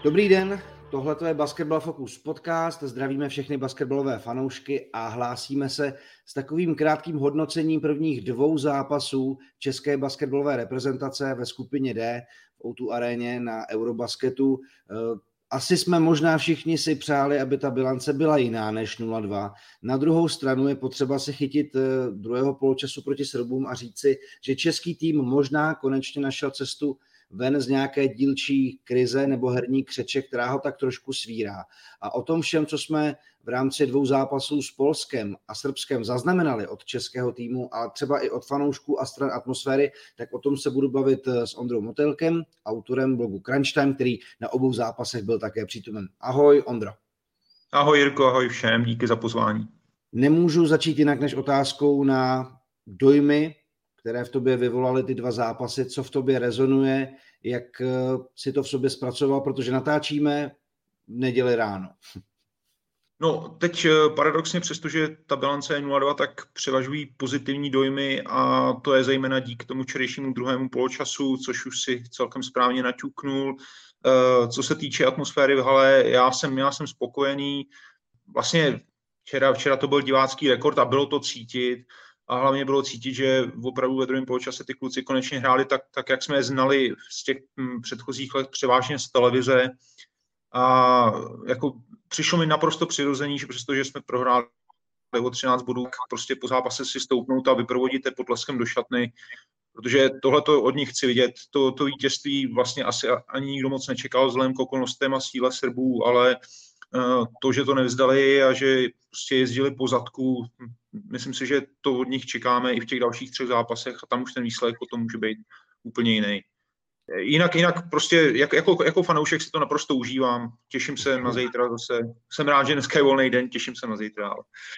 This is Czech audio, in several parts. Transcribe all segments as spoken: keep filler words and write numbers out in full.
Dobrý den, tohle je Basketball Focus podcast, zdravíme všechny basketbalové fanoušky a hlásíme se s takovým krátkým hodnocením prvních dvou zápasů české basketbalové reprezentace ve skupině D v ó dvě aréně na Eurobasketu. Asi jsme možná všichni si přáli, aby ta bilance byla jiná než nula dva. Na druhou stranu je potřeba se chytit druhého poločasu proti Srbům a říci, že český tým možná konečně našel cestu ven z nějaké dílčí krize nebo herní křeče, která ho tak trošku svírá. A o tom všem, co jsme v rámci dvou zápasů s Polskem a Srbskem zaznamenali od českého týmu, ale třeba i od fanoušků a stran atmosféry, tak o tom se budu bavit s Ondrou Motylkem, autorem blogu Crunch Time, který na obou zápasech byl také přítomen. Ahoj, Ondro. Ahoj, Jirko, ahoj všem, díky za pozvání. Nemůžu začít jinak než otázkou na dojmy, které v tobě vyvolaly ty dva zápasy, co v tobě rezonuje, jak si to v sobě zpracoval, protože natáčíme v neděli ráno. No, teď paradoxně, přestože ta bilance je nula dva, tak převažují pozitivní dojmy a to je zejména díky tomu včerejšímu druhému poločasu, což už si celkem správně naťuknul. Co se týče atmosféry v hale, já jsem, já jsem spokojený. Vlastně včera, včera to byl divácký rekord a bylo to cítit. A hlavně bylo cítit, že opravdu ve druhém poločase ty kluci konečně hráli tak, tak, jak jsme je znali z těch předchozích let, převážně z televize. A jako přišlo mi naprosto přirozený, že přestože jsme prohráli o třináct bodů, prostě po zápase si stoupnout a vyprovodíte potleskem do šatny, protože tohleto od nich chci vidět. To, to vítězství vlastně asi ani nikdo moc nečekal vzhledem k okolnostem a síle Srbů, ale to, že to nevzdali a že prostě jezdili po zadku, myslím si, že to od nich čekáme i v těch dalších třech zápasech a tam už ten výsledek potom může být úplně jiný. Jinak, jinak prostě jak, jako, jako fanoušek si to naprosto užívám. Těším se na zítra zase. Jsem rád, že dneska je volný den, těším se na zítra.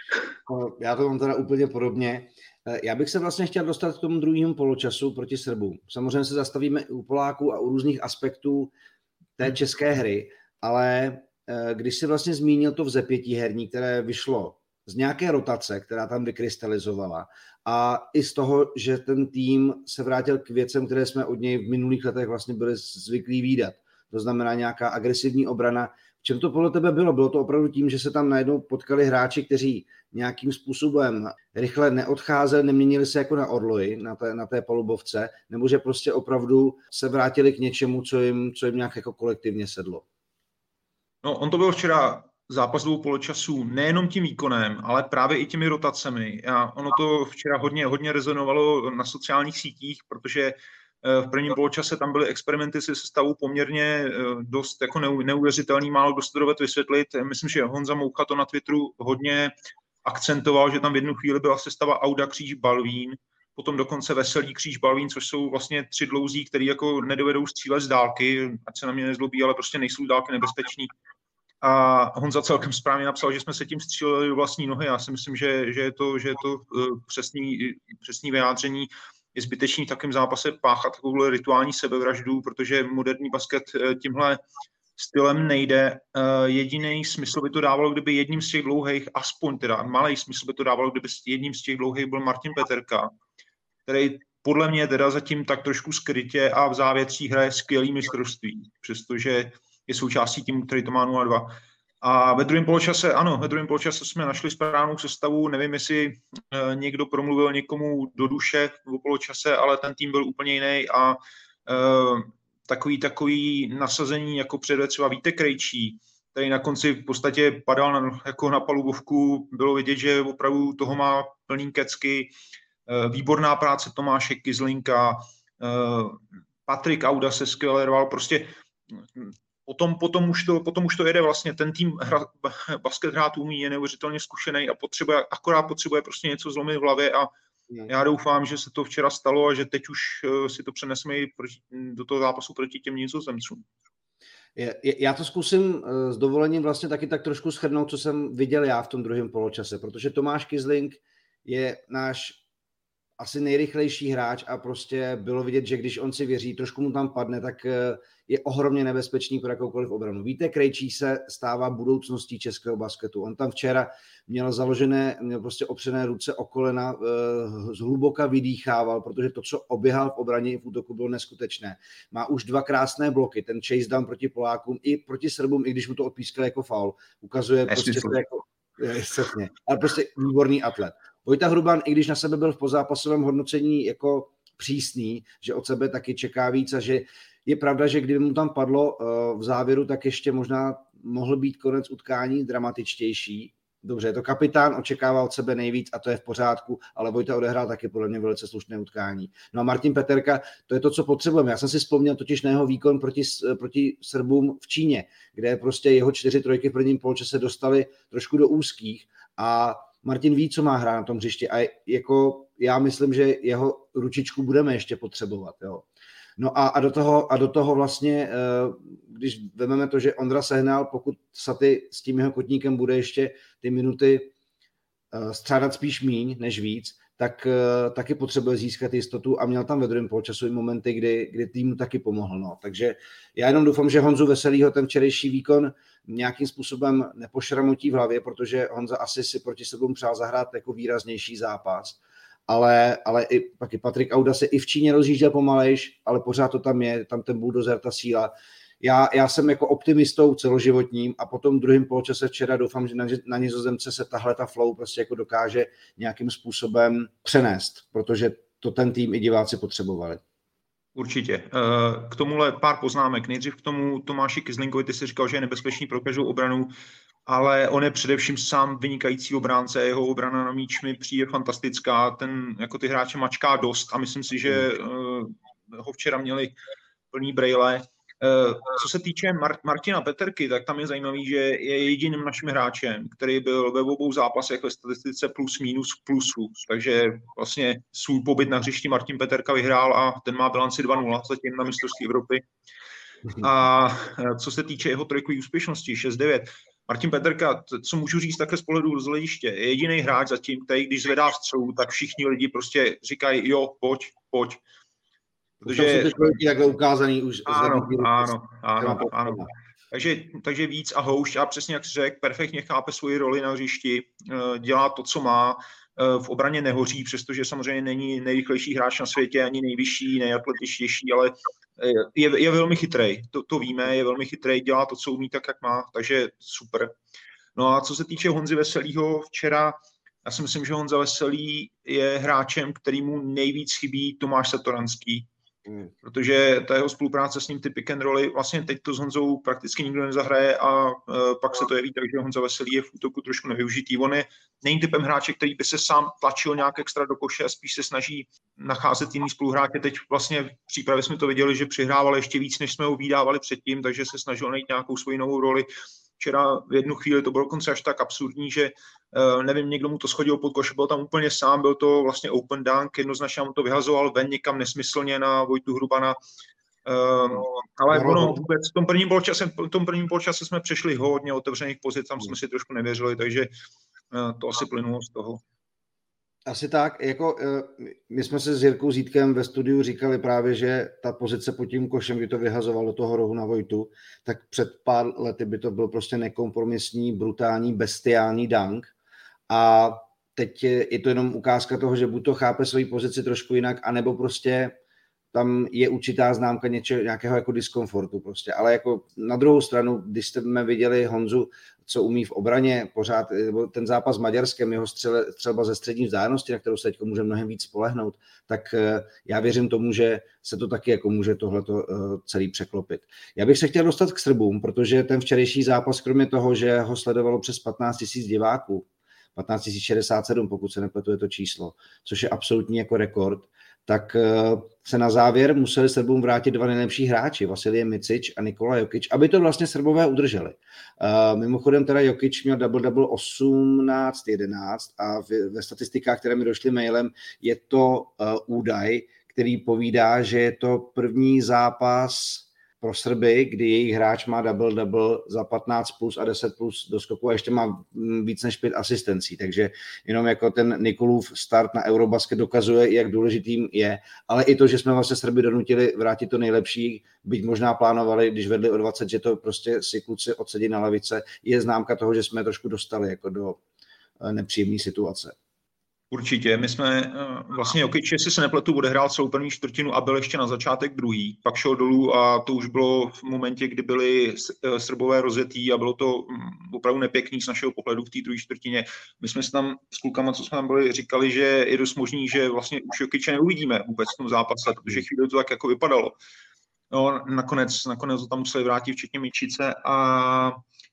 Já to mám teda úplně podobně. Já bych se vlastně chtěl dostat k tomu druhému poločasu proti Srbům. Samozřejmě se zastavíme i u Poláků a u různých aspektů té české hry, ale když si vlastně zmínil to vzepětí herní, které vyšlo z nějaké rotace, která tam vykrystalizovala a i z toho, že ten tým se vrátil k věcem, které jsme od něj v minulých letech vlastně byli zvyklí vídat. To znamená nějaká agresivní obrana. V čem to podle tebe bylo? Bylo to opravdu tím, že se tam najednou potkali hráči, kteří nějakým způsobem rychle neodcházeli, neměnili se jako na orloji, na té, na té palubovce, nebo že prostě opravdu se vrátili k něčemu, co jim, co jim nějak jako kolektivně sedlo? No, on to byl včera zápas dvou poločasů nejenom tím výkonem, ale právě i těmi rotacemi. A ono to včera hodně, hodně rezonovalo na sociálních sítích, protože v prvním poločase tam byly experimenty se sestavou poměrně dost jako neuvěřitelný, málo kdo se to dovedl vysvětlit. Myslím, že Honza Moucha to na Twitteru hodně akcentoval, že tam v jednu chvíli byla sestava Auda Kříž Balvín, potom dokonce Veselý Kříž Balvín, což jsou vlastně tři dlouzí, který jako nedovedou střílet z dálky, ať se na mě nezlobí, ale prostě nejsou dálky nebezpeční. A Honza celkem správně napsal, že jsme se tím stříleli do vlastní nohy. Já si myslím, že, že je to, že je to přesný, přesný vyjádření. Je zbytečný v takovém zápase páchat takovou rituální sebevraždu, protože moderní basket tímhle stylem nejde. Jediný smysl by to dávalo, kdyby jedním z těch dlouhých, aspoň teda malý smysl by to dávalo, kdyby jedním z těch dlouhých byl Martin Peterka, který podle mě teda zatím tak trošku skrytě a v závětří hraje skvělý mistrovství, přestože je součástí týmu, který to má nula dva. A ve druhém poločase, ano, ve druhém poločase jsme našli správnou sestavu, nevím, jestli e, někdo promluvil někomu do duše v poločase, ale ten tým byl úplně jiný a e, takový, takový nasazení, jako předved třeba Vítek Krejčí, který na konci v podstatě padal na, jako na palubovku, bylo vidět, že opravdu toho má plný kecky, e, výborná práce Tomáše Kyzlinka, e, Patrik Auda se skvěle rval, prostě Potom, potom, už to, potom už to jede vlastně, ten tým hra, basket hrát umí, je neuvěřitelně zkušený a potřebuje, akorát potřebuje prostě něco zlomit v hlavě a já doufám, že se to včera stalo a že teď už si to přenesme i proti, do toho zápasu proti těm Nizozemcům. Já to zkusím s dovolením vlastně taky tak trošku shrnout, co jsem viděl já v tom druhém poločase, protože Tomáš Kyzlink je náš asi nejrychlejší hráč a prostě bylo vidět, že když on si věří, trošku mu tam padne, tak je ohromně nebezpečný pro jakoukoliv obranu. Víte, Krejčí se stává budoucností českého basketu. On tam včera měl založené, měl prostě opřené ruce o kolena, zhluboka vydýchával, protože to, co oběhal v obraně i v útoku, bylo neskutečné. Má už dva krásné bloky, ten chase down proti Polákům i proti Srbům, i když mu to odpískal jako faul. Ukazuje prostě to jako... Jasně, ale prostě výborný atlet. Vojta Hruban, i když na sebe byl v pozápasovém hodnocení jako přísný, že od sebe taky čeká víc a že je pravda, že kdyby mu tam padlo v závěru, tak ještě možná mohl být konec utkání dramatičtější. Dobře, je to kapitán, očekává od sebe nejvíc a to je v pořádku, ale Vojta odehrál taky podle mě velice slušné utkání. No a Martin Peterka, to je to, co potřebujeme. Já jsem si vzpomněl totiž na jeho výkon proti, proti Srbům v Číně, kde prostě jeho čtyři trojky v prvním poločase dostaly trošku do úzkých a Martin ví, co má hrát na tom hřišti a jako já myslím, že jeho ručičku budeme ještě potřebovat. Jo. No a, a, do toho, a do toho vlastně, když vezmeme to, že Ondra Sehnal, pokud Saty s tím jeho kotníkem bude ještě ty minuty střádat spíš míň než víc, tak taky potřebuje získat jistotu a měl tam ve druhém poločasu i momenty, kdy, kdy týmu taky pomohl. No. Takže já jenom doufám, že Honzu Veselýho ten včerejší výkon nějakým způsobem nepošramotí v hlavě, protože Honza asi si proti sebou přál zahrát jako výraznější zápas. Ale, ale i, pak i Patrik Auda se i v Číně rozjížděl pomalejš, ale pořád to tam je, tam ten bulldozer, ta síla. Já, já jsem jako optimistou celoživotním a potom druhým poločase včera doufám, že na, na Nizozemce se tahle ta flow prostě jako dokáže nějakým způsobem přenést, protože to ten tým i diváci potřebovali. Určitě. K tomuhle pár poznámek. Nejdřív k tomu Tomáši Kyzlinkovi, ty jsi říkal, že je nebezpečný pro každou obranu, ale on je především sám vynikající obránce, jeho obrana na míč mi přijde fantastická, ten jako ty hráče mačká dost a myslím si, že ho včera měli plný brejle. Co se týče Mar- Martina Peterky, tak tam je zajímavý, že je jediným naším hráčem, který byl ve obou zápasech ve statistice plus minus v plusu, takže vlastně svůj pobyt na hřišti Martin Peterka vyhrál a ten má bilanci dva nula zatím na mistrovství Evropy. A co se týče jeho trojkové úspěšnosti šest devět, Martin Peterka, co můžu říct také z pohledu z hlediště, je jediný hráč zatím, který když zvedá střelu, tak všichni lidi prostě říkají jo, pojď, pojď. Protože ty takhle ukázaný už. Ano, ano, ano, ano. Takže, takže víc a houšť a přesně jak jsi řekl, perfektně chápe svoji roli na hřišti, dělá to, co má, v obraně nehoří, přestože samozřejmě není nejrychlejší hráč na světě, ani nejvyšší, nejatletičtější, ale je, je velmi chytrej, to, to víme, je velmi chytrej, dělá to, co umí tak, jak má, takže super. No a co se týče Honzy Veselýho, včera já si myslím, že Honza Veselý je hráčem, kterýmu nejvíc chybí Tomáš Satoranský, Hmm. protože ta jeho spolupráce s ním, ty pick and rolly, vlastně teď to s Honzou prakticky nikdo nezahraje a e, pak se to jeví tak, že Honza Veselý je v útoku trošku nevyužitý. On je není typem hráče, který by se sám tlačil nějak extra do koše a spíš se snaží nacházet jiný spoluhráče. Teď vlastně v přípravě jsme to viděli, že přihrával ještě víc, než jsme ho vydávali předtím, takže se snažil najít nějakou svoji novou roli. Včera v jednu chvíli to bylo dokonce až tak absurdní, že uh, nevím, někdo mu to schodil pod koš, byl tam úplně sám, byl to vlastně open dunk, jednoznačně mu to vyhazoval ven někam nesmyslně na Vojtu Hrubana. Uh, ale no, ono vůbec v tom prvním poločase, v tom prvním poločase jsme přešli hodně otevřených pozic, tam jsme si trošku nevěřili, takže uh, to asi plynulo z toho. Asi tak, jako my jsme se s Jirkou Zítkem ve studiu říkali právě, že ta pozice pod tím košem, kdy to vyhazoval do toho rohu na Vojtu, tak před pár lety by to byl prostě nekompromisní, brutální, bestiální dunk a teď je, je to jenom ukázka toho, že buď to chápe svoji pozici trošku jinak, anebo prostě tam je určitá známka něče, nějakého jako diskomfortu prostě, ale jako na druhou stranu, když jsme viděli Honzu, co umí v obraně, pořád ten zápas s Maďarskem, jeho střele, střelba ze střední vzdálenosti, na kterou se teď může mnohem víc spolehnout, tak já věřím tomu, že se to taky jako může tohleto celý překlopit. Já bych se chtěl dostat k Srbům, protože ten včerejší zápas, kromě toho, že ho sledovalo přes patnáct tisíc diváků, patnáct tisíc šedesát sedm, pokud se nepletu, je to číslo, což je absolutní jako rekord, tak se na závěr museli Srbům vrátit dva nejlepší hráči, Vasilije Micić a Nikola Jokić, aby to vlastně Srbové udrželi. Uh, mimochodem teda Jokić měl double-double osmnáct jedenáct a v, ve statistikách, které mi došly mailem, je to uh, údaj, který povídá, že je to první zápas pro Srby, kdy jejich hráč má double-double za patnáct plus a deset plus do skoku a ještě má víc než pět asistencí. Takže jenom jako ten Nikulův start na Eurobasket dokazuje, jak důležitým je. Ale i to, že jsme vlastně Srby donutili vrátit to nejlepší, byť možná plánovali, když vedli o dvacet, že to prostě si kluci odsedí na lavice, je známka toho, že jsme trošku dostali jako do nepříjemné situace. Určitě. My jsme vlastně Jokic, jestli se nepletu, odehrál celou první čtvrtinu a byl ještě na začátek druhý. Pak šel dolů a to už bylo v momentě, kdy byli Srbové rozjetý a bylo to opravdu nepěkný z našeho pohledu v té druhé čtvrtině. My jsme se tam s klukama, co jsme tam byli, říkali, že je dost možný, že vlastně už Jokiče neuvidíme vůbec v tom zápase, protože chvíli to tak jako vypadalo. No, nakonec, nakonec to tam museli vrátit včetně Mičice a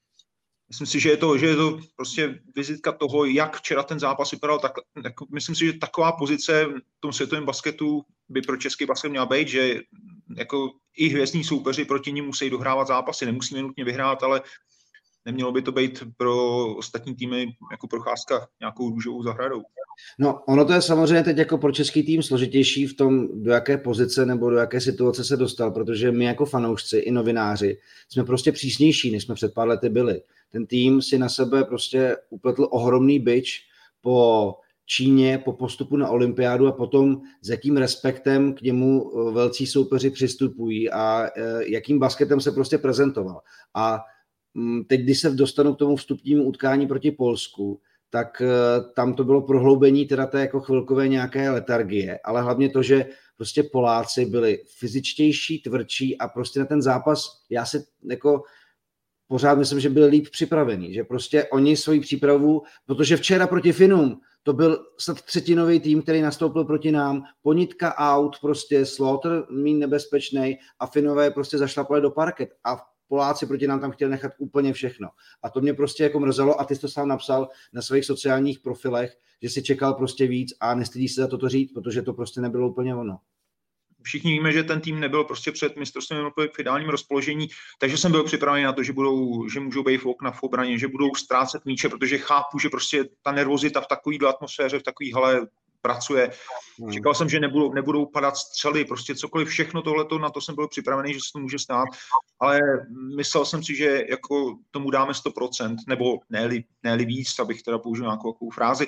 myslím si, že je to, že je to prostě vizitka toho, jak včera ten zápas vypadal. Tak, tak, myslím si, že taková pozice v tom světovém basketu by pro český basket měla být, že jako i hvězdní soupeři proti ní musí dohrávat zápasy. Nemusíme nutně vyhrát, ale nemělo by to být pro ostatní týmy jako procházka nějakou růžovou zahradou. No, ono to je samozřejmě teď jako pro český tým složitější v tom, do jaké pozice nebo do jaké situace se dostal, protože my jako fanoušci i novináři jsme prostě přísnější, než jsme před pár lety byli. Ten tým si na sebe prostě upletl ohromný bič po Číně, po postupu na olympiádu a potom s jakým respektem k němu velcí soupeři přistupují a jakým basketem se prostě prezentoval. A teď, když se dostanu k tomu vstupnímu utkání proti Polsku, tak tam to bylo prohloubení teda té jako chvilkové nějaké letargie, ale hlavně to, že prostě Poláci byli fyzičtější, tvrdší a prostě na ten zápas já si jako pořád myslím, že byli líp připravení, že prostě oni svoji přípravu, protože včera proti Finům to byl snad třetinový tým, který nastoupil proti nám, Ponitka out, prostě Slaughter míň nebezpečnej a Finové prostě zašlapali do parket a Poláci proti nám tam chtěli nechat úplně všechno. A to mě prostě jako mrzelo a ty jsi to sám napsal na svých sociálních profilech, že si čekal prostě víc a nestydíš se za toto říct, protože to prostě nebylo úplně ono. Všichni víme, že ten tým nebyl prostě před mistrovstvím Evropy v ideálním rozpoložení, takže jsem byl připravený na to, že, budou, že můžou být v okna v obraně, že budou ztrácet míče, protože chápu, že prostě ta nervozita v takovéhle atmosféře, v takové hale pracuje. Hmm. Čekal jsem, že nebudou, nebudou padat střely, prostě cokoliv, všechno tohleto, na to jsem byl připravený, že se to může stát, ale myslel jsem si, že jako tomu dáme sto procent, nebo ne-li, ne-li víc, abych teda použil nějakou takovou frázi.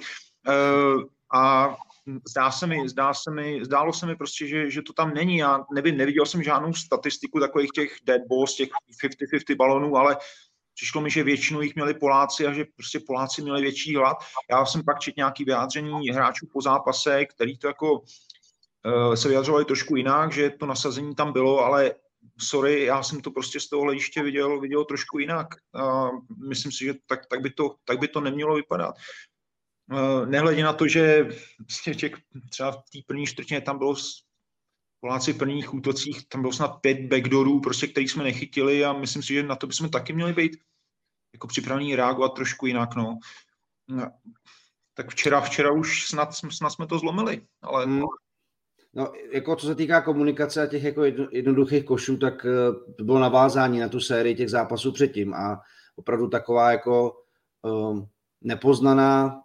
Uh, a Zdá se mi, zdá se mi, zdálo se mi prostě, že, že to tam není. Já nevím, neviděl jsem žádnou statistiku takových těch dead balls, těch padesát padesát balonů, ale přišlo mi, že většinu jich měli Poláci a že prostě Poláci měli větší hlad. Já jsem pak četl nějaké vyjádření hráčů po zápase, který to jako uh, se vyjadřovali trošku jinak, že to nasazení tam bylo, ale sorry, já jsem to prostě z toho hlediště viděl, viděl trošku jinak. Uh, myslím si, že tak, tak, by to, tak by to nemělo vypadat. Nehledě na to, že třeba v té první čtvrtině tam bylo Poláci v prvních útocích, tam bylo snad pět backdoorů, prostě, který jsme nechytili a myslím si, že na to bychom taky měli být jako připravení reagovat trošku jinak. No. Tak včera, včera už snad, snad jsme to zlomili, ale... Hmm. No, jako co se týká komunikace a těch jako jednoduchých košů, tak to bylo navázání na tu sérii těch zápasů předtím a opravdu taková jako um, nepoznaná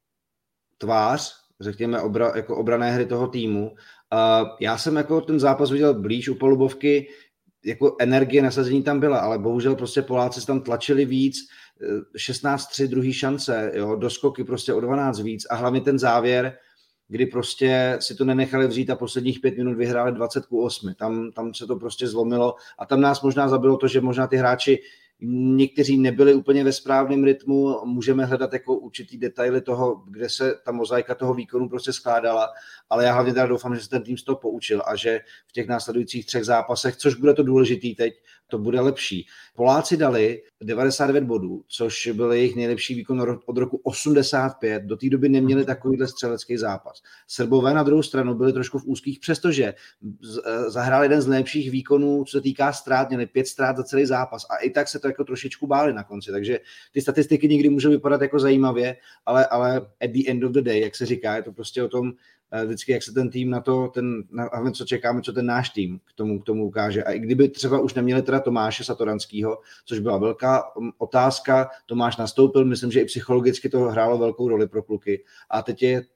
tvář, řekněme, obra, jako obrané hry toho týmu. Uh, já jsem jako ten zápas viděl blíž u polubovky, jako energie nasazení tam byla, ale bohužel prostě Poláci tam tlačili víc, šestnáct tři druhý šance, jo, doskoky prostě o dvanáct víc a hlavně ten závěr, kdy prostě si to nenechali vzít a posledních pět minut vyhráli dvacet ku osmi. Tam, tam se to prostě zlomilo a tam nás možná zabilo to, že možná ty hráči někteří nebyli úplně ve správném rytmu, můžeme hledat jako určitý detaily toho, kde se ta mozaika toho výkonu prostě skládala, ale já hlavně teda doufám, že se ten tým z toho poučil a že v těch následujících třech zápasech, což bude to důležitý teď, to bude lepší. Poláci dali devadesát devět bodů, což byl jejich nejlepší výkon od roku osmdesát pět, do té doby neměli takovýhle střelecký zápas. Srbové na druhou stranu byli trošku v úzkých, přestože zahráli jeden z nejlepších výkonů, co se týká ztrát, měli pět ztrát za celý zápas a i tak se to jako trošičku báli na konci, takže ty statistiky někdy můžou vypadat jako zajímavě, ale, ale at the end of the day, jak se říká, je to prostě o tom vždycky, jak se ten tým na to, ten, na, co čekáme, co ten náš tým k tomu, k tomu ukáže. A i kdyby třeba už neměli teda Tomáše Satoranského, což byla velká otázka, Tomáš nastoupil, myslím, že i psychologicky to hrálo velkou roli pro kluky. A teď je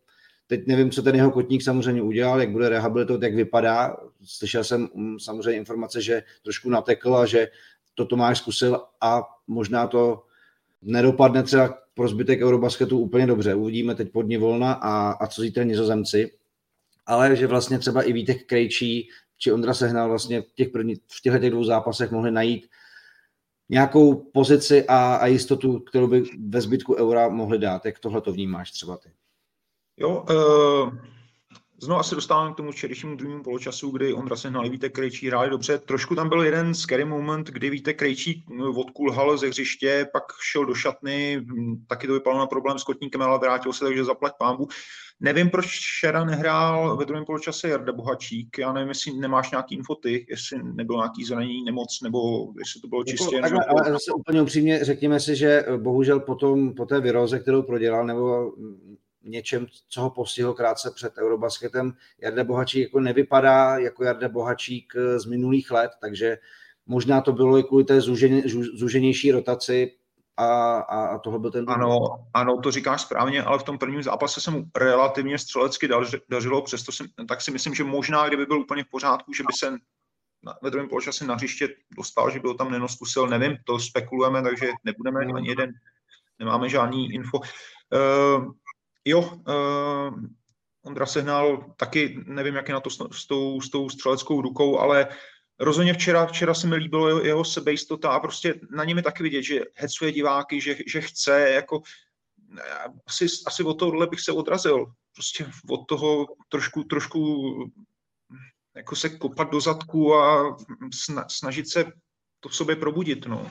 Teď nevím, co ten jeho kotník samozřejmě udělal, jak bude rehabilitovat, jak vypadá. Slyšel jsem samozřejmě informace, že trošku natekl a že to Tomáš zkusil a možná to nedopadne třeba pro zbytek Eurobasketu úplně dobře. Uvidíme teď pod dní volna a, a co zítra Nizozemci. Ale že vlastně třeba i Vítek Krejčí či Ondra Sehnal vlastně v, těch první, v těchto těch dvou zápasech mohli najít nějakou pozici a, a jistotu, kterou by ve zbytku Eura mohli dát. Jak tohle to vnímáš třeba ty? Jo, uh, znovu asi dostávám k tomu včerejšímu druhému poločasu, kdy Ondra Sehnal a Vítek Krejčí hráli dobře. Trošku tam byl jeden scary moment, kdy Vítek Krejčí odkulhal ze hřiště, pak šel do šatny, taky to vypadalo na problém s kotníkem, ale vrátil se, takže zaplať pánbu. Nevím, proč včera nehrál ve druhém poločase Jarda Bohačík. Já nevím, jestli nemáš nějaký info ty, jestli nebylo nějaký zranění, nemoc, nebo jestli to bylo čistě... Jako, takhle, ale zase úplně upřímně řekněme si, že bohužel potom, po té viróze, kterou prodělal, nebo něčem, co ho postihlo krátce před Eurobasketem, Jarda Bohačík jako nevypadá jako Jarda Bohačík z minulých let, takže možná to bylo i kvůli té zúženě, zúženější rotaci a, a tohle byl ten... Ano, ano, to říkáš správně, ale v tom prvním zápase se mu relativně střelecky dařilo, přesto si, tak si myslím, že možná, kdyby byl úplně v pořádku, že by se na, ve druhém poločase na hřiště dostal, že by ho tam nenoskusil, nevím, to spekulujeme, takže nebudeme ani jeden, nemáme žádný info. Uh, Jo, uh, Ondra Sehnal taky, nevím, jak je na to s, s, tou, s tou střeleckou rukou, ale rozhodně včera, včera se mi líbilo jeho, jeho sebejistota a prostě na něm je taky vidět, že hecuje diváky, že, že chce, jako asi, asi od tohohle bych se odrazil. Prostě od toho trošku, trošku jako se kopat do zadku a sna, snažit se to v sobě probudit, no.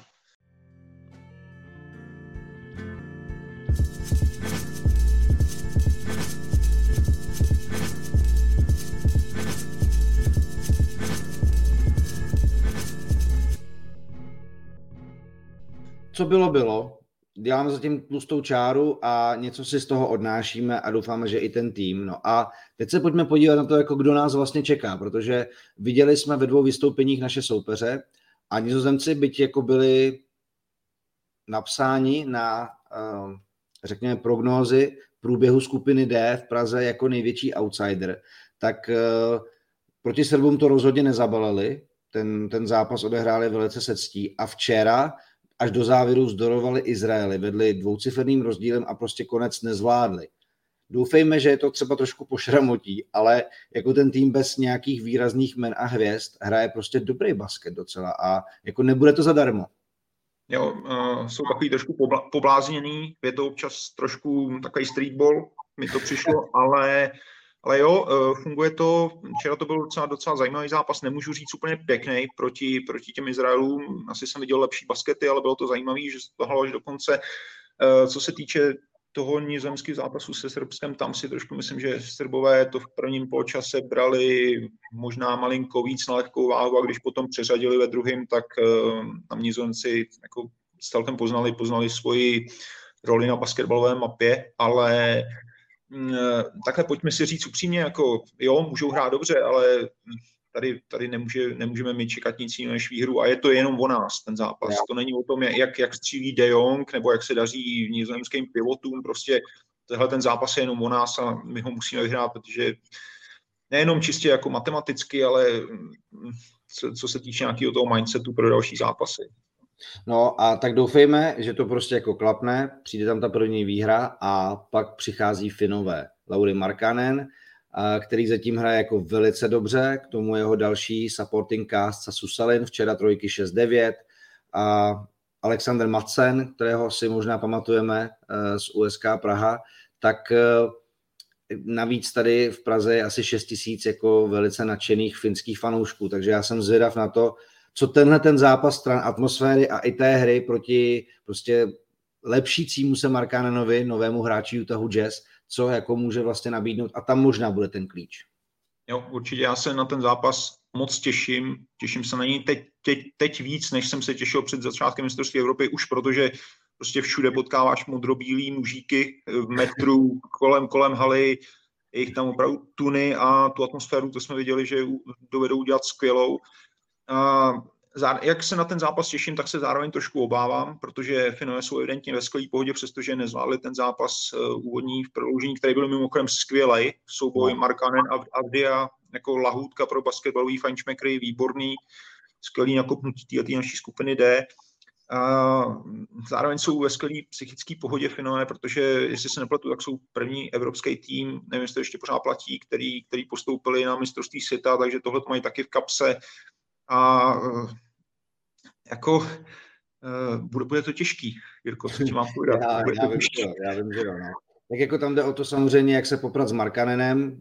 Co bylo, bylo. Děláme zatím tlustou čáru a něco si z toho odnášíme a doufáme, že i ten tým. No a teď se pojďme podívat na to, jako kdo nás vlastně čeká, protože viděli jsme ve dvou vystoupeních naše soupeře a Nizozemci, byť jako byli napsáni na, řekněme, prognózy průběhu skupiny D v Praze jako největší outsider, tak proti Srbům to rozhodně nezabalili. Ten, ten zápas odehráli velice se ctí a včera až do závěru zdorovali Izraeli, vedli dvouciferným rozdílem a prostě konec nezvládli. Doufejme, že je to třeba trošku pošramotí, ale jako ten tým bez nějakých výrazných men a hvězd hraje prostě dobrý basket docela a jako nebude to zadarmo. Jo, uh, jsou takový trošku pobla- poblázněný, je to občas trošku takový streetball, mi to přišlo, ale, ale jo, uh, funguje to. Včera to byl docela, docela zajímavý zápas, nemůžu říct úplně pěkný proti, proti těm Izraelům, asi jsem viděl lepší baskety, ale bylo to zajímavý, že se to halo až do konce. Uh, co se týče toho nizozemského zápasu se Srbskem, tam si trošku myslím, že Srbové to v prvním poločase brali možná malinko víc na lehkou váhu a když potom přeřadili ve druhém, tak uh, tam Nizozemci jako celkem poznali, poznali svoji roli na basketbalové mapě, ale uh, takhle pojďme si říct upřímně, jako jo, můžou hrát dobře, ale tady, tady nemůže, nemůžeme mít čekat nic jiného než výhru a je to jenom o nás, ten zápas. Ja. To není o tom, jak, jak střílí De Jong nebo jak se daří nizozemským pivotům, prostě tenhle ten zápas je jenom o nás a my ho musíme vyhrát, protože nejenom čistě jako matematicky, ale co, co se týče nějakého toho mindsetu pro další zápasy. No a tak doufejme, že to prostě jako klapne, přijde tam ta první výhra a pak přichází Finové. Lauri Markkanen, který zatím hraje jako velice dobře, k tomu jeho další supporting cast Sasu Salin, včera trojky šest devět, a Alexander Madsen, kterého si možná pamatujeme z U S K Praha, tak navíc tady v Praze je asi šest tisíc jako velice nadšených finských fanoušků, takže já jsem zvědav na to, co tenhle ten zápas stran atmosféry a i té hry proti prostě lepšícímu se Markkanenovi, novému hráči Utahu Jazz, co jako může vlastně nabídnout a tam možná bude ten klíč. Jo, určitě já se na ten zápas moc těším, těším se na něj teď, teď, teď víc, než jsem se těšil před začátkem mistrovství Evropy, už protože prostě všude potkáváš modrobílý mužíky v metru kolem, kolem haly, je jich tam opravdu tuny a tu atmosféru, to jsme viděli, že dovedou udělat skvělou. A jak se na ten zápas těším, tak se zároveň trošku obávám, protože Finové jsou evidentně ve skvělé pohodě, přestože nezvládli ten zápas úvodní v prodloužení, který byl mimochodem skvělej. Souboj Markkanen a Avdija jako lahůdka pro basketbalový fajnšmekry, výborný, skvělý nakopnutí této naší skupiny D. A zároveň jsou ve skvělé psychické pohodě Finové, protože jestli se nepletu, tak jsou první evropský tým, nevím, jestli to ještě pořád platí, který, který postoupili na mistrovství světa, takže tohle to mají taky v kapse. A jako bude, bude to těžký, Jirko, co ti mám povedat? já, já, vím, že, já vím, že jo, no. Tak jako tam jde o to samozřejmě, jak se poprat s Markkanenem.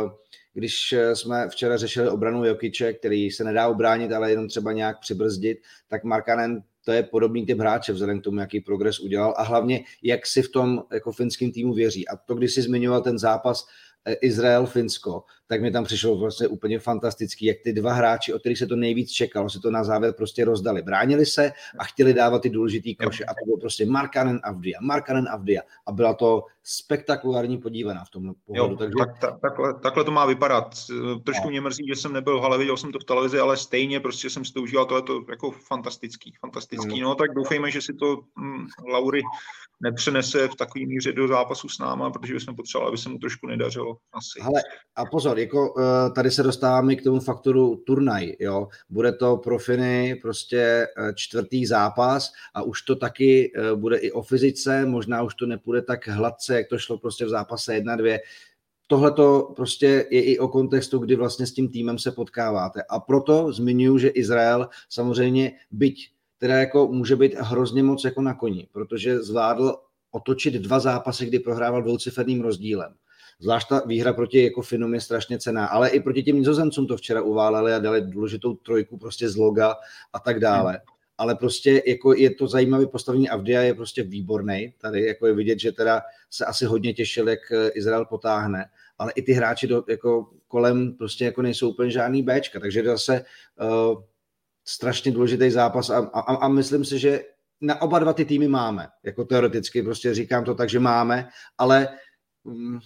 Když jsme včera řešili obranu Jokiče, který se nedá obránit, ale jenom třeba nějak přibrzdit, tak Markkanen to je podobný typ hráče vzhledem k tomu, jaký progres udělal a hlavně, jak si v tom jako finským týmu věří. A to, když jsi zmiňoval ten zápas Izrael-Finsko, tak mi tam přišlo vlastně úplně fantastický, jak ty dva hráči, od kterých se to nejvíc čekalo, se to na závěr prostě rozdali. Bránili se a chtěli dávat ty důležitý koše. A to bylo prostě Markkanen Avdija, Markkanen Avdija. A byla to spektakulární podívaná v tomhle pohledu. Jo, takže... tak, tak, takhle, takhle to má vypadat. Trošku no. Mě mrzí, že jsem nebyl v hale, viděl jsem to v televizi, ale stejně prostě jsem si to užíval, to je to jako fantastický, fantastický. No, no tak doufejme, že si to hm, Lauri nepřenese v takový míře do zápasu s náma, protože bychom potřebovali, aby se mu trošku nedařilo. Asi. Hele, a pozor, jako tady se dostáváme k tomu faktoru turnaj, jo. Bude to pro Finy prostě čtvrtý zápas a už to taky bude i o fyzice, možná už to nepůjde tak hladce, jak to šlo prostě v zápase jedna dvě. Tohle to prostě je i o kontextu, kdy vlastně s tím týmem se potkáváte. A proto zmiňuji, že Izrael samozřejmě byť teda jako může být hrozně moc jako na koni, protože zvládl otočit dva zápasy, kdy prohrával dvouciferným rozdílem. Zvlášť ta výhra proti jako Finům je strašně cenná, ale i proti těm Nizozemcům to včera uváleli a dali důležitou trojku prostě z loga a tak dále. Hmm. Ale prostě jako je to zajímavé postavení. Avdija je prostě výborný. Tady jako je vidět, že teda se asi hodně těšil, jak Izrael potáhne, ale i ty hráči do, jako kolem prostě jako nejsou úplně žádný béčka, takže to zase uh, strašně důležitý zápas a, a, a myslím si, že na oba dva ty týmy máme, jako teoreticky prostě říkám to tak, že máme, ale um,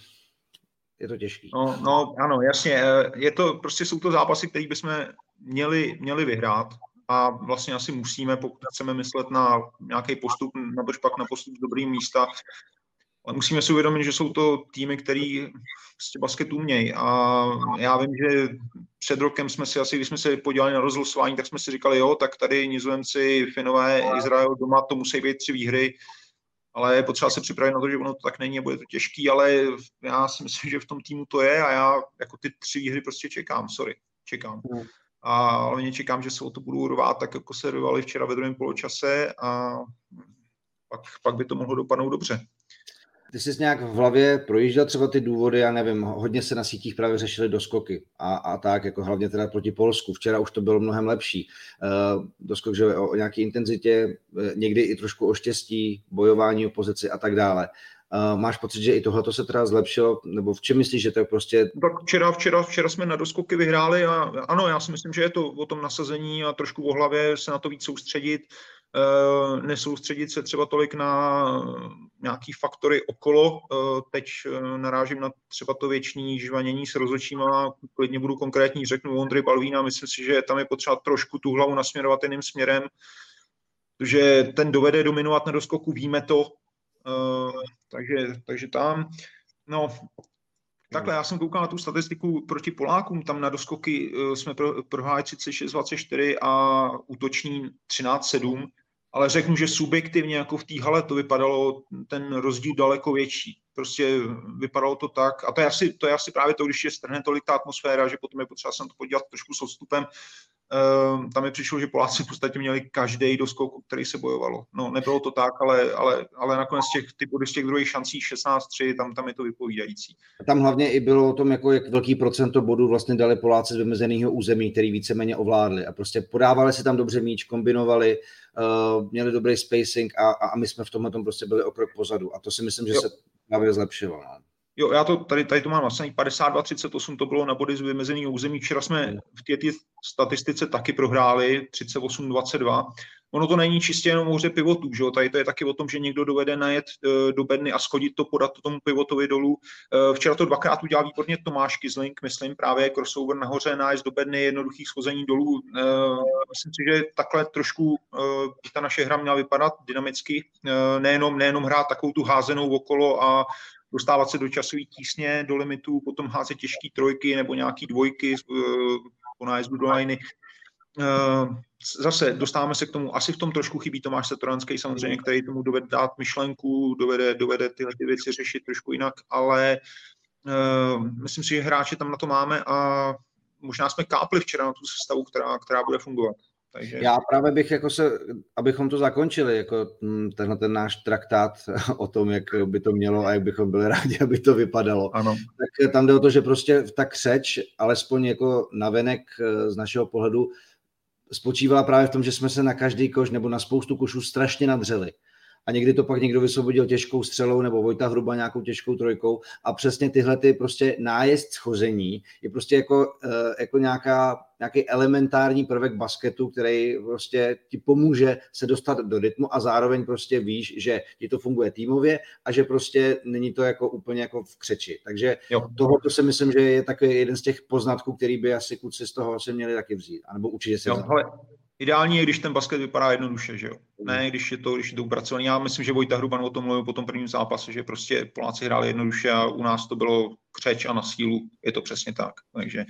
je to těžký. No, no ano, jasně, je to, prostě jsou to zápasy, které bychom měli, měli vyhrát a vlastně asi musíme, pokud chceme myslet na nějaký postup, na tož pak na postup z dobrým místa, ale musíme si uvědomit, že jsou to týmy, který prostě basket umějí a já vím, že před rokem jsme si asi, když jsme se podívali na rozlosování, tak jsme si říkali, jo, tak tady Nizozemci, Finové, Izrael doma, to musí být tři výhry, ale je potřeba se připravit na to, že ono to tak není a bude to těžký, ale já si myslím, že v tom týmu to je a já jako ty tři výhry prostě čekám, sorry, čekám. A hlavně čekám, že se o to budou rvát tak, jako se rvali včera ve druhém poločase a pak, pak by to mohlo dopadnout dobře. Ty jsi nějak v hlavě projížděl třeba ty důvody, já nevím, hodně se na sítích právě řešily doskoky a, a tak, jako hlavně teda proti Polsku. Včera už to bylo mnohem lepší. Uh, doskok, že o, o nějaké intenzitě, někdy i trošku o štěstí, bojování o pozici a tak dále. Uh, máš pocit, že i tohle se teda zlepšilo, nebo v čem myslíš, že to je prostě... Tak včera, včera, včera jsme na doskoky vyhráli a ano, já si myslím, že je to o tom nasazení a trošku o hlavě se na to víc soustředit. Uh, nesoustředit se třeba tolik na nějaký faktory okolo. Uh, teď uh, narážím na třeba to věční žvanění s rozhodčíma, klidně budu konkrétní, řeknu Ondřej Balvína, myslím si, že tam je potřeba trošku tu hlavu nasměrovat jiným směrem, protože ten dovede dominovat na doskoku, víme to, uh, takže, takže tam, no, takhle, já jsem koukal na tu statistiku proti Polákům, tam na doskoky uh, jsme pro, prohráli třicet šest dvacet čtyři a útoční třináct sedm, ale řeknu, že subjektivně jako v té hale to vypadalo ten rozdíl daleko větší. Prostě vypadalo to tak, a to je asi, to je asi právě to, když je strhne tolik ta atmosféra, že potom je potřeba se na to podívat trošku s odstupem. Uh, tam mi přišlo, že Poláci v podstatě měli každý doskok, který se bojovalo. No, nebylo to tak, ale, ale, ale nakonec těch, ty body z těch druhých šancí šestnáct tři, tam, tam je to vypovídající. Tam hlavně i bylo o tom, jako jak velký procento bodů vlastně dali Poláci z vymezeného území, který víceméně ovládli. A prostě podávali si tam dobře míč, kombinovali, uh, měli dobrý spacing a, a my jsme v tomhle tom prostě byli o krok pozadu. A to si myslím, že jo. se právě zlepšilo. No. Jo, já to tady, tady to mám vlastně padesát dva třicet osm, to bylo na body z vymezeného území. Včera jsme v té statistice taky prohráli třicet osm dvacet dva. ono to není čistě jenom o hře pivotů, že jo? Tady to je taky o tom, že někdo dovede najet do bedny a schodit to, podat to tomu pivotovi dolů. Včera to dvakrát udělal výborně Tomáš Kizling, myslím, právě crossover nahoře, nájezd do bedny, jednoduchých schození dolů. Myslím si, že takhle trošku by ta naše hra měla vypadat dynamicky, nejenom, nejenom hrát takovou tu házenou okolo a dostávat se do časové tísně, do limitů, potom házet těžké trojky nebo nějaký dvojky po nájezdu do liney. Zase dostáváme se k tomu, asi v tom trošku chybí Tomáš Satoranský samozřejmě, který tomu dovede dát myšlenku, dovede, dovede tyhle ty věci řešit trošku jinak, ale uh, myslím si, že hráče tam na to máme a možná jsme kápli včera na tu sestavu, která, která bude fungovat. Takže... Já právě bych, jako se, abychom to zakončili, jako tenhle ten náš traktát o tom, jak by to mělo a jak bychom byli rádi, aby to vypadalo. Ano. Tak tam jde o to, že prostě ta křeč, alespoň jako navenek z našeho pohledu, spočívala právě v tom, že jsme se na každý koš nebo na spoustu košů strašně nadřeli. A někdy to pak někdo vysvobodil těžkou střelou nebo Vojta Hruba nějakou těžkou trojkou a přesně tyhle ty prostě nájezd schození je prostě jako, jako nějaká, nějaký elementární prvek basketu, který prostě ti pomůže se dostat do rytmu a zároveň prostě víš, že ti to funguje týmově a že prostě není to jako úplně jako v křeči. Takže tohle to si myslím, že je takový jeden z těch poznatků, který by asi kluci z toho si měli taky vzít. Anebo určitě se vzít. Ideální je, když ten basket vypadá jednoduše, že jo? Ne, když je to, když je to upracovaný. Já myslím, že Vojta Hruban o tom mluvil po tom prvním zápase, že prostě Poláci hráli jednoduše a u nás to bylo křeč a na sílu. Je to přesně tak. Takže,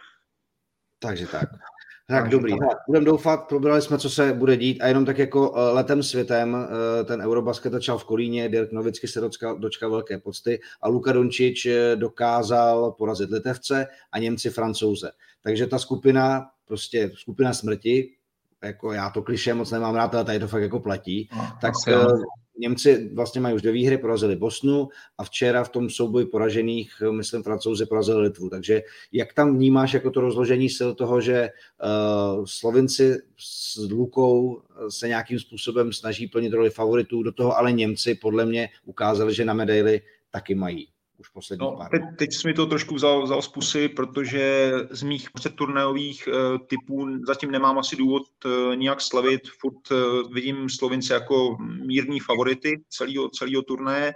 Takže tak. Tak dobrý, budeme doufat, probrali jsme, co se bude dít a jenom tak jako letem světem ten Eurobasket začal v Kolíně, Dirk Nowitzki se dočkal, dočkal velké pocty a Luka Dončić dokázal porazit Litevce a Němci Francouze. Takže ta skupina, prostě skupina smrti, jako já to klišé moc nemám rád, ale tady to fakt jako platí, no, tak uh, Němci vlastně mají už dvě výhry, porazili Bosnu a včera v tom souboji poražených, myslím, Francouzi porazili Litvu. Takže jak tam vnímáš jako to rozložení sil toho, že uh, Slovinci s Lukou se nějakým způsobem snaží plnit roli favoritů, do toho ale Němci podle mě ukázali, že na medaili taky mají. Už poslední no, pár. Teď, teď jsi mi to trošku vzal, vzal z pusy, protože z mých turnajových uh, typů zatím nemám asi důvod uh, nijak slavit. Furt uh, vidím Slovince jako mírní favority celého, celého turnaje.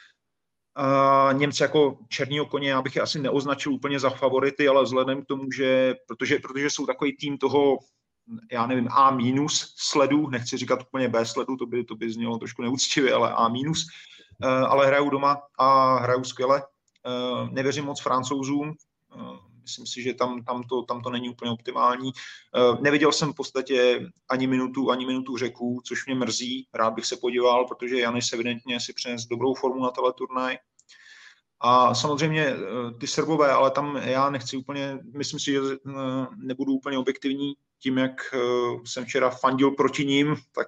Uh, Němci jako černýho koně, já bych je asi neoznačil úplně za favority, ale vzhledem k tomu, že protože, protože jsou takový tým toho, já nevím, A minus sledu, nechci říkat úplně B sledu, to by, to by znělo trošku neúctivě, ale A minus. Uh, ale hrajou doma a hrajou skvěle. Uh, nevěřím moc Francouzům. Uh, myslím si, že tam, tam, to, tam to není úplně optimální. Uh, neviděl jsem v podstatě ani minutu, ani minutu Řeků, což mě mrzí. Rád bych se podíval, protože Janis evidentně si přines dobrou formu na tenhle turnaj. A samozřejmě uh, ty Srbové, ale tam já nechci úplně, myslím si, že uh, nebudu úplně objektivní tím, jak uh, jsem včera fandil proti ním, tak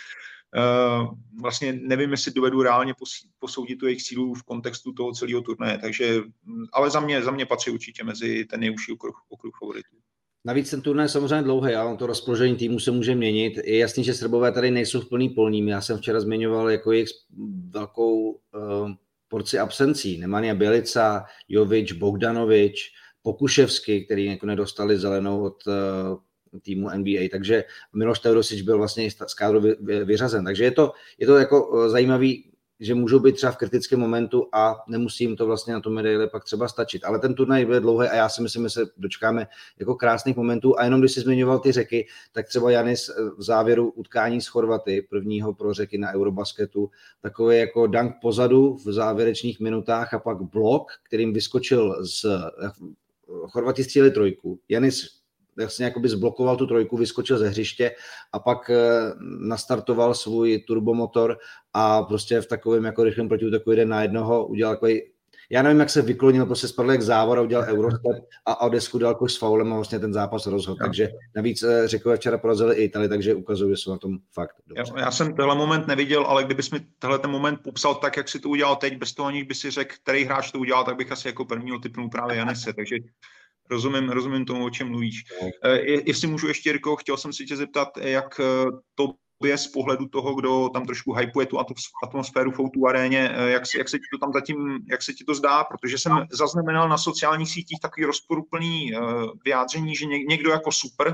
Uh, vlastně nevím, jestli dovedu reálně posoudit tu jejich sílu v kontextu toho celého turnaje, takže, ale za mě, za mě patří určitě mezi ten nejúžší okruh, okruh favoritů. Navíc ten turnaj je samozřejmě dlouhý, ale to rozpoložení týmu se může měnit. Je jasný, že Srbové tady nejsou v plný polním. Já jsem včera zmiňoval jako jejich velkou uh, porci absencí. Nemanja Bjelica, Jovič, Bogdanovič, Pokuševsky, který jako nedostali zelenou od uh, týmu N B A, takže Miloš Teodosič byl vlastně z kádru vyřazen. Takže je to, je to jako zajímavý, že můžou být třeba v kritickém momentu a nemusí jim to vlastně na tu medaili pak třeba stačit. Ale ten turnaj bude dlouhý a já si myslím, že se dočkáme jako krásných momentů. A jenom když jsi zmiňoval ty Řeky, tak třeba Janis v závěru utkání s Chorvaty, prvního pro Řeky na Eurobasketu, takový jako dunk pozadu v závěrečných minutách a pak blok, kterým vyskočil z Chorvati stříleli trojku. Janis vlastně jakoby zblokoval tu trojku, vyskočil ze hřiště a pak nastartoval svůj turbomotor a prostě v takovém jako rychlém protiútoku jeden na jednoho udělal takový, já nevím, jak se vyklonil, prostě spadl jak závor a udělal Eurostep a Odesku dal koš s faulem a vlastně ten zápas rozhodl. No. Takže navíc Řekové včera porazili i Itali, takže ukazují, že jsou na tom fakt dobře. Já, já jsem tenhle moment neviděl, ale kdybys mi tenhle ten moment popsal tak, jak si to udělal teď, bez toho, aniž by si řekl, který hráč to udělal, tak bych asi jako prvního typnul právě Janise, takže Rozumím, rozumím tomu, o čem mluvíš. Je, jestli můžu ještě, Jirko, chtěl jsem si tě zeptat, jak to je z pohledu toho, kdo tam trošku hypuje tu atmosféru v O dva aréně, jak, jak se ti to tam zatím, jak se ti to zdá, protože jsem zaznamenal na sociálních sítích takový rozporuplný vyjádření, že někdo jako super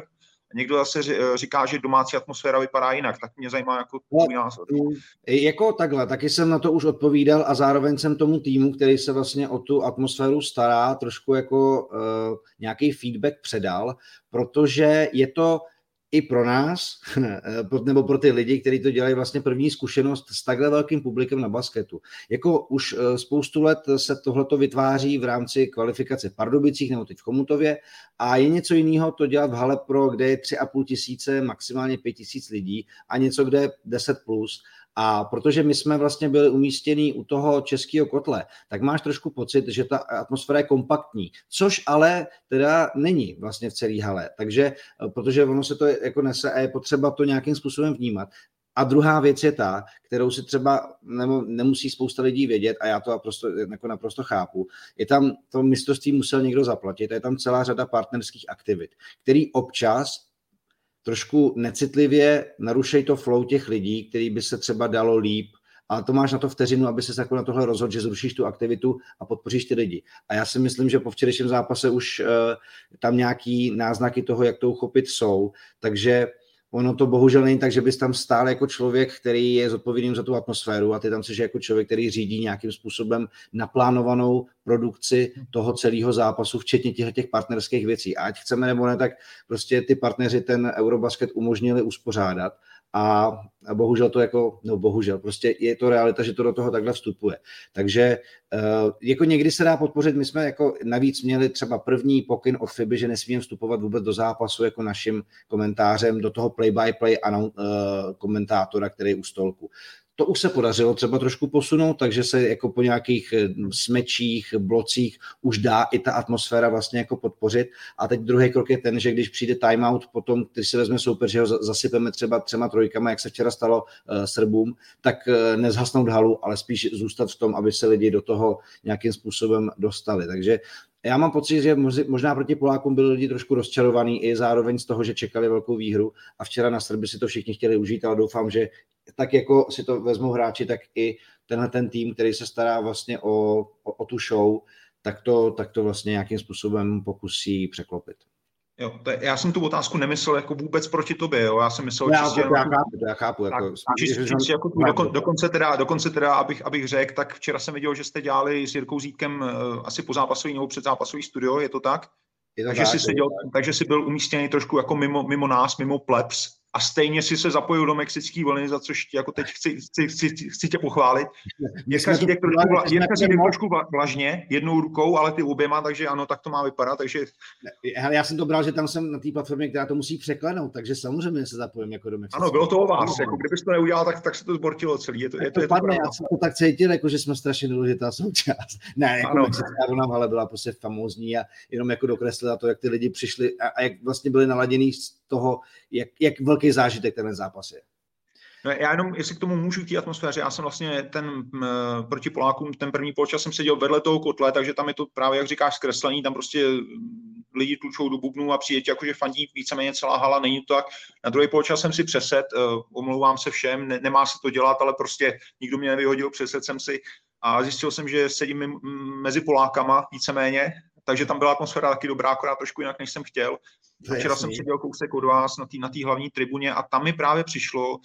Někdo zase říká, že domácí atmosféra vypadá jinak, tak mě zajímá jako tvůj názor. Jako takhle, taky jsem na to už odpovídal a zároveň jsem tomu týmu, který se vlastně o tu atmosféru stará, trošku jako uh, nějaký feedback předal, protože je to i pro nás, nebo pro ty lidi, kteří to dělají vlastně první zkušenost s takhle velkým publikem na basketu. Jako už spoustu let se tohleto vytváří v rámci kvalifikace v Pardubicích nebo teď v Chomutově a je něco jiného to dělat v hale pro, kde je tři a půl tisíce, maximálně pět tisíc lidí a něco, kde je deset plus. A protože my jsme vlastně byli umístěni u toho českého kotle, tak máš trošku pocit, že ta atmosféra je kompaktní, což ale teda není vlastně v celé hale. Takže, protože ono se to jako nese a je potřeba to nějakým způsobem vnímat. A druhá věc je ta, kterou si třeba nemusí spousta lidí vědět a já to naprosto, jako naprosto chápu. Je tam, to mistrovství musel někdo zaplatit, je tam celá řada partnerských aktivit, který občas trošku necitlivě narušej to flow těch lidí, který by se třeba dalo líp, ale to máš na to vteřinu, aby se jako na tohle rozhodl, že zrušíš tu aktivitu a podpoříš ty lidi. A já si myslím, že po včerejším zápase už uh, tam nějaký náznaky toho, jak to uchopit jsou, takže ono to bohužel není tak, že bys tam stál jako člověk, který je zodpovědný za tu atmosféru a ty tam jsi jako člověk, který řídí nějakým způsobem naplánovanou produkci toho celého zápasu, včetně těch, těch partnerských věcí. A ať chceme nebo ne, tak prostě ty partneři ten Eurobasket umožnili uspořádat a, a bohužel to jako, no bohužel, prostě je to realita, že to do toho takhle vstupuje. Takže uh, jako někdy se dá podpořit, my jsme jako navíc měli třeba první pokyn od FIBA, že nesmíme vstupovat vůbec do zápasu jako naším komentářem, do toho play-by-play uh, komentátora, který je u stolku. To už se podařilo třeba trošku posunout, takže se jako po nějakých smečích, blocích už dá i ta atmosféra vlastně jako podpořit. A teď druhý krok je ten, že když přijde timeout potom, když se vezme soupeř, že ho zasypeme třeba třema trojkama, jak se včera stalo uh, Srbům, tak uh, nezhasnout halu, ale spíš zůstat v tom, aby se lidi do toho nějakým způsobem dostali. Takže já mám pocit, že možná proti Polákům byli lidi trošku rozčarovaní i zároveň z toho, že čekali velkou výhru a včera na Srby si to všichni chtěli užít, ale doufám, že tak jako si to vezmou hráči, tak i tenhle ten tým, který se stará vlastně o, o, o tu show, tak to, tak to vlastně nějakým způsobem pokusí překlopit. Jo, to je, já jsem tu otázku nemyslel jako vůbec proti tobě, jo. Já jsem myslel já, čistě... To, já chápu, to já chápu. Tak, jako, čistě, čistě, čistě jako tu, dokon, dokonce teda, dokonce teda abych, abych řekl, tak včera jsem viděl, že jste dělali s Jirkou Zítkem uh, asi pozápasový nebo předzápasový studio, je to tak? Je to takže, tak, jsi seděl, tak. takže jsi byl umístěný trošku jako mimo, mimo nás, mimo plebs a stejně si se zapojil do mexické vlny, za což jako teď chci, chci, chci, chci tě pochválit. Jirka Zídek trošku, vla, trošku vlažně, jednou rukou, ale ty oběma, takže ano, tak to má vypadat. Takže... Hele, já jsem to bral, že tam jsem na té platformě, která to musí překlenout, takže samozřejmě se zapojím jako do mexické. Ano, bylo to o vás, jako kdybys to neudělal, tak, tak se to zbortilo celý. Je to, je to, je to padne, já jsem to tak cítil, jako že jsme strašně důležitá součást. Ne, jako mexická vlna v hale byla prostě famózní a jenom jako dokreslila to, jak ty lidi přišli a, a jak vlastně byli naladění z toho, jak, jak velký zážitek ten zápas je. No, já jenom, jestli k tomu můžu k té atmosféře, já jsem vlastně ten m, proti Polákům, ten první poločas jsem seděl vedle toho kotle, takže tam je to právě, jak říkáš, zkreslení, tam prostě lidi tlučou do bubnů a přijde jakože fandí víceméně celá hala, není to tak. Na druhý poločas jsem si přesed, uh, omlouvám se všem, ne, nemá se to dělat, ale prostě nikdo mě nevyhodil, přesed jsem si a zjistil jsem, že sedím m, mezi Polákama víceméně, takže tam byla atmosféra taky dobrá, akorát trošku jinak, než jsem chtěl. Včera jsem seděl kousek od vás na té na hlavní tribuně a tam mi právě přišlo,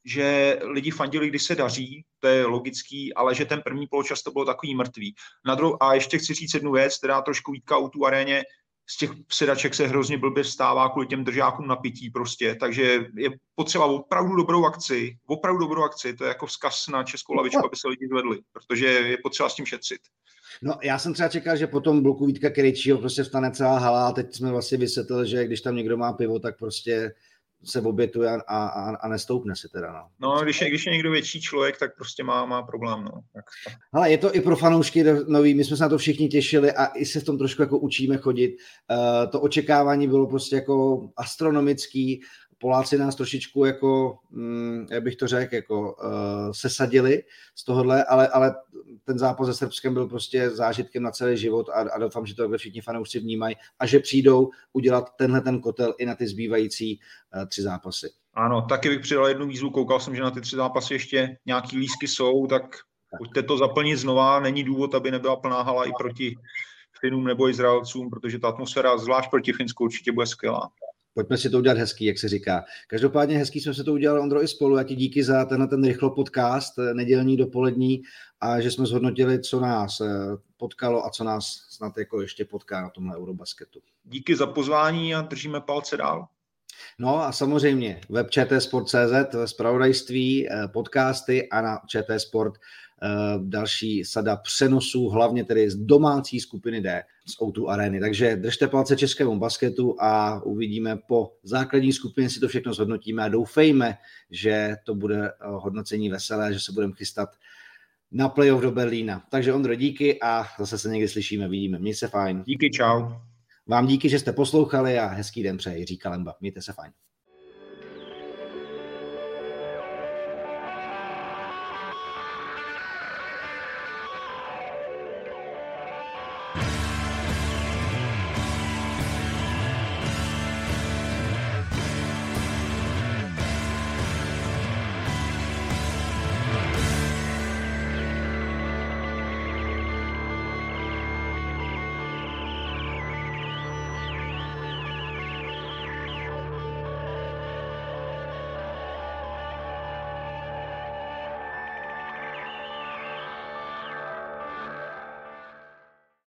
že lidi fandili, když se daří, to je logický, ale že ten první poločas to bylo takový mrtvý. Na druhou, a ještě chci říct jednu věc, teda trošku Vítka u tu aréně, z těch sedaček se hrozně blbě vstává kvůli těm držákům napití prostě, takže je potřeba opravdu dobrou akci, opravdu dobrou akci, to je jako vzkaz na českou lavičku, aby se lidi zvedli, protože je potřeba s tím šetřit. No, já jsem třeba čekal, že po tom bloku Vítka Krejčího prostě vstane celá hala a teď jsme vlastně vysvětlili, že když tam někdo má pivo, tak prostě se obětuje a, a, a nestoupne si teda. No, no když, je, když je někdo větší člověk, tak prostě má, má problém. No. Tak. Hele, je to i pro fanoušky nový, my jsme se na to všichni těšili a i se v tom trošku jako učíme chodit. Uh, to očekávání bylo prostě jako astronomický. Poláci nás trošičku jako, hm, jak bych to řekl, jako uh, sesadili z tohohle, ale, ale ten zápas se Srbskem byl prostě zážitkem na celý život a, a doufám, že to všichni fanoušci vnímají a že přijdou udělat tenhle ten kotel i na ty zbývající uh, tři zápasy. Ano, taky bych přidal jednu výzvu, koukal jsem, že na ty tři zápasy ještě nějaký lístky jsou, tak pojďte to zaplnit znova, není důvod, aby nebyla plná hala i proti Finům nebo Izraelcům, protože ta atmosféra, zvlášť proti Finsku, určitě bude skvělá. Pojďme si to udělat hezký, jak se říká. Každopádně hezký jsme se to udělali, Ondro, i spolu. Já ti díky za tenhle ten rychlo podcast, nedělní, dopolední, a že jsme zhodnotili, co nás potkalo a co nás snad jako ještě potká na tomhle Eurobasketu. Díky za pozvání a držíme palce dál. No a samozřejmě web čtsport tečka cz, zpravodajství, podcasty a na ČT Sport další sada přenosů, hlavně tedy z domácí skupiny D, z ó dva Areny. Takže držte palce českému basketu a uvidíme po základní skupině, si to všechno zhodnotíme a doufejme, že to bude hodnocení veselé, že se budeme chystat na playoff do Berlína. Takže Ondro, díky a zase se někdy slyšíme, vidíme. Mějte se fajn. Díky, čau. Vám díky, že jste poslouchali a hezký den přeji, Jiří Kalemba. Mějte se fajn.